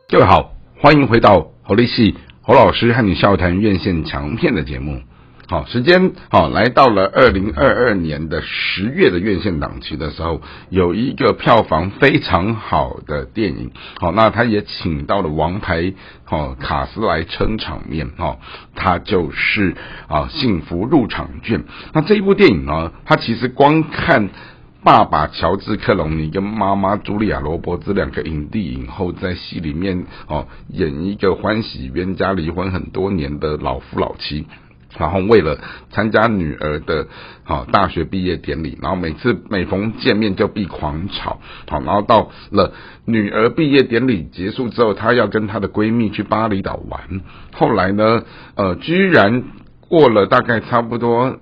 各位好，欢迎回到侯立系侯老师和你笑谈院线强片的节目。好，时间来到了2022年的10月的院线档期的时候，有一个票房非常好的电影，那他也请到了王牌卡斯来撑场面，他就是幸福入场券。那这一部电影呢，它其实光看爸爸乔治克隆尼跟妈妈茱莉亚罗伯兹两个影帝影后在戏里面演一个欢喜冤家离婚很多年的老夫老妻，然后为了参加女儿的大学毕业典礼，然后每逢见面就必狂吵，然后到了女儿毕业典礼结束之后，她要跟她的闺蜜去巴厘岛玩，后来呢居然过了大概差不多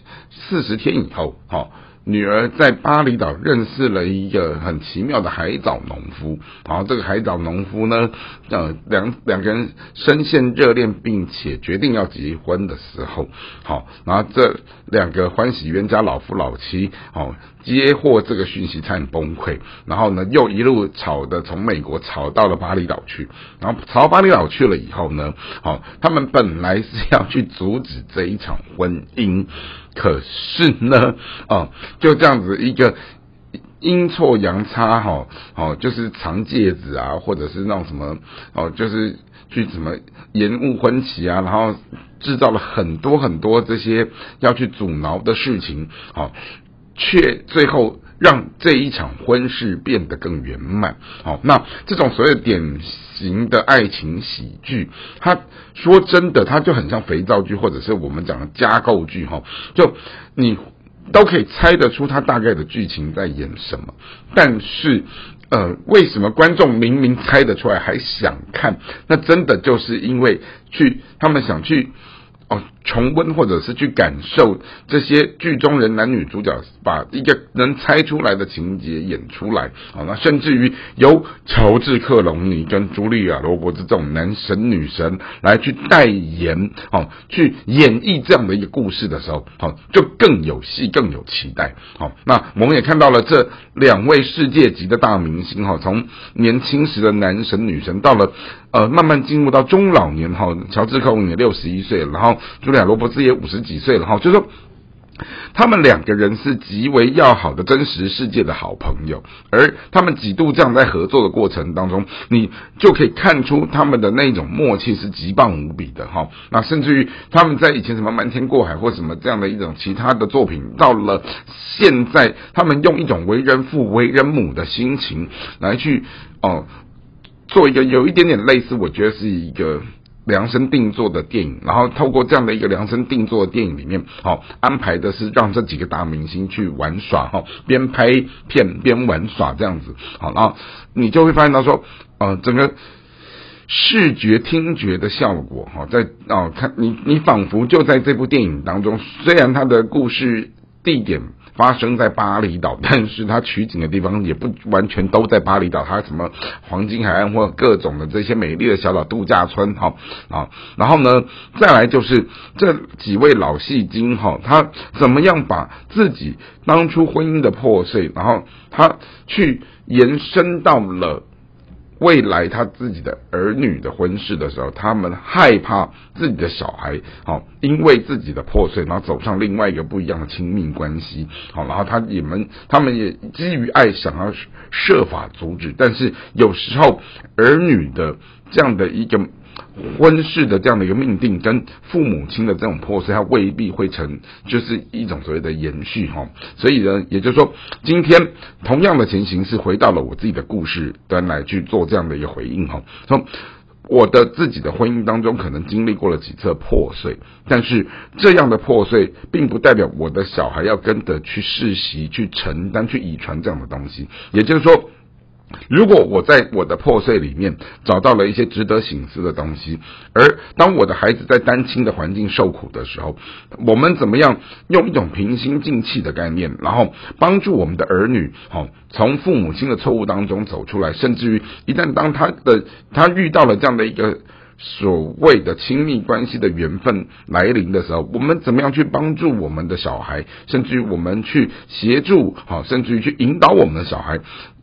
40天以后，女儿在巴厘岛认识了一个很奇妙的海藻农夫，然后这个海藻农夫呢，两个人深陷热恋，并且决定要结婚的时候，然后这两个欢喜冤家老夫老妻，接获这个讯息差点崩溃，然后呢又一路吵的从美国吵到了巴厘岛去，然后吵到巴厘岛去了以后呢，他们本来是要去阻止这一场婚姻，可是呢就这样子一个阴错阳差就是藏戒指啊，或者是那种什么就是去怎么延误婚期啊，然后制造了很多很多这些要去阻挠的事情，却最后让这一场婚事变得更圆满。那这种所谓的典型的爱情喜剧，它说真的，它就很像肥皂剧，或者是我们讲的加购剧，就你都可以猜得出它大概的剧情在演什么，但是为什么观众明明猜得出来还想看？那真的就是因为他们想去重温或者是去感受这些剧中人男女主角把一个能猜出来的情节演出来，那甚至于由乔治克隆尼跟茱莉亚罗伯兹这种男神女神来去代言，去演绎这样的一个故事的时候，就更有戏更有期待。那我们也看到了这两位世界级的大明星，从年轻时的男神女神到了慢慢进入到中老年，乔治克隆尼61岁了，然后茱莉亚罗伯兹也50几岁了，就是说他们两个人是极为要好的真实世界的好朋友，而他们几度这样在合作的过程当中，你就可以看出他们的那种默契是极棒无比的那甚至于他们在以前什么瞒天过海或什么这样的一种其他的作品，到了现在他们用一种为人父为人母的心情来去做一个有一点点类似，我觉得是一个量身定做的电影，然后透过这样的一个量身定做的电影里面，安排的是让这几个大明星去玩耍，边拍片边玩耍这样子，然后你就会发现到说，整个视觉听觉的效果，在看你仿佛就在这部电影当中，虽然它的故事地点发生在巴厘岛，但是它取景的地方也不完全都在巴厘岛，它什么黄金海岸或各种的这些美丽的小岛度假村然后呢再来就是这几位老戏精他怎么样把自己当初婚姻的破碎，然后他去延伸到了未来他自己的儿女的婚事的时候，他们害怕自己的小孩因为自己的破碎，然后走上另外一个不一样的亲密关系，然后他们也基于爱想要设法阻止，但是有时候儿女的这样的一个婚事的这样的一个命定跟父母亲的这种破碎，它未必会成就是一种所谓的延续所以呢，也就是说今天同样的情形是回到了我自己的故事端来去做这样的一个回应说我的自己的婚姻当中可能经历过了几次破碎，但是这样的破碎并不代表我的小孩要跟着去世袭去承担去遗传这样的东西，也就是说如果我在我的破碎里面找到了一些值得省思的东西，而当我的孩子在单亲的环境受苦的时候，我们怎么样用一种平心静气的概念，然后帮助我们的儿女从父母亲的错误当中走出来，甚至于一旦当他遇到了这样的一个所谓的亲密关系的缘分来临的时候，我们怎么样去帮助我们的小孩，甚至于我们去协助甚至于去引导我们的小孩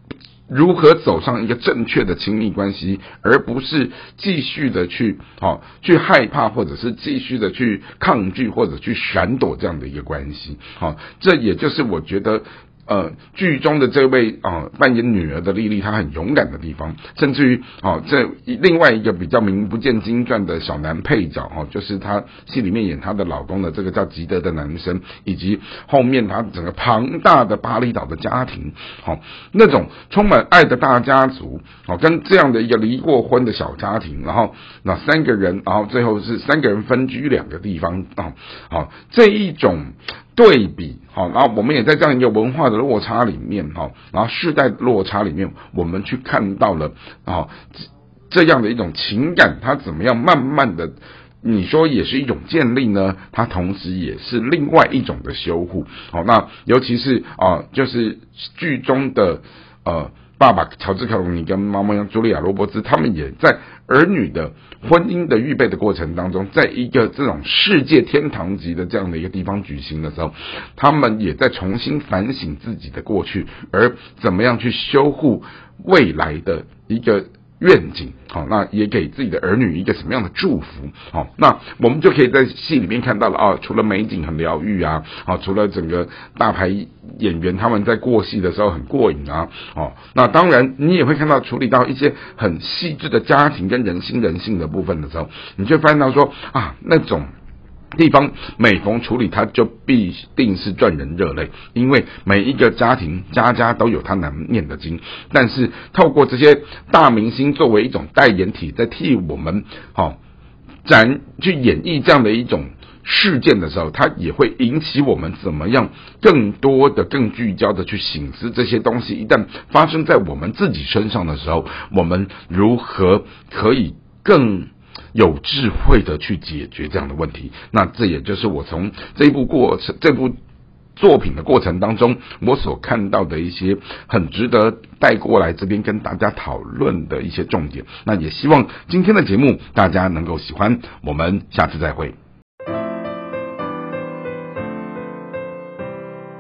如何走上一个正确的亲密关系，而不是继续的去害怕，或者是继续的去抗拒，或者去闪躲这样的一个关系。这也就是我觉得剧中的这位扮演女儿的莉莉，她很勇敢的地方，甚至于这另外一个比较名不见经传的小男配角就是她戏里面演她的老公的这个叫吉德的男生，以及后面他整个庞大的巴厘岛的家庭，那种充满爱的大家族，跟这样的一个离过婚的小家庭，然后那3个人，然后最后是3个人分居2个地方这一种对比，然后我们也在这样一个文化的落差里面，然后世代落差里面，我们去看到了这样的一种情感，它怎么样慢慢的，你说也是一种建立呢，它同时也是另外一种的修护。那尤其是就是剧中的爸爸乔治·克隆尼跟妈妈茱莉亚·罗伯兹，他们也在儿女的婚姻的预备的过程当中，在一个这种世界天堂级的这样的一个地方举行的时候，他们也在重新反省自己的过去，而怎么样去修护未来的一个愿景，那也给自己的儿女一个什么样的祝福，那我们就可以在戏里面看到了除了美景很疗愈啊，除了整个大牌演员他们在过戏的时候很过瘾啊，那当然你也会看到处理到一些很细致的家庭跟人性的部分的时候，你就会发现到说那种地方每逢处理它就必定是赚人热泪，因为每一个家庭家家都有他难念的经，但是透过这些大明星作为一种代言体，在替我们去演绎这样的一种事件的时候，它也会引起我们怎么样更多的更聚焦的去省思这些东西一旦发生在我们自己身上的时候，我们如何可以更有智慧的去解决这样的问题。那这也就是我从这部作品的过程当中，我所看到的一些很值得带过来这边跟大家讨论的一些重点。那也希望今天的节目大家能够喜欢，我们下次再会。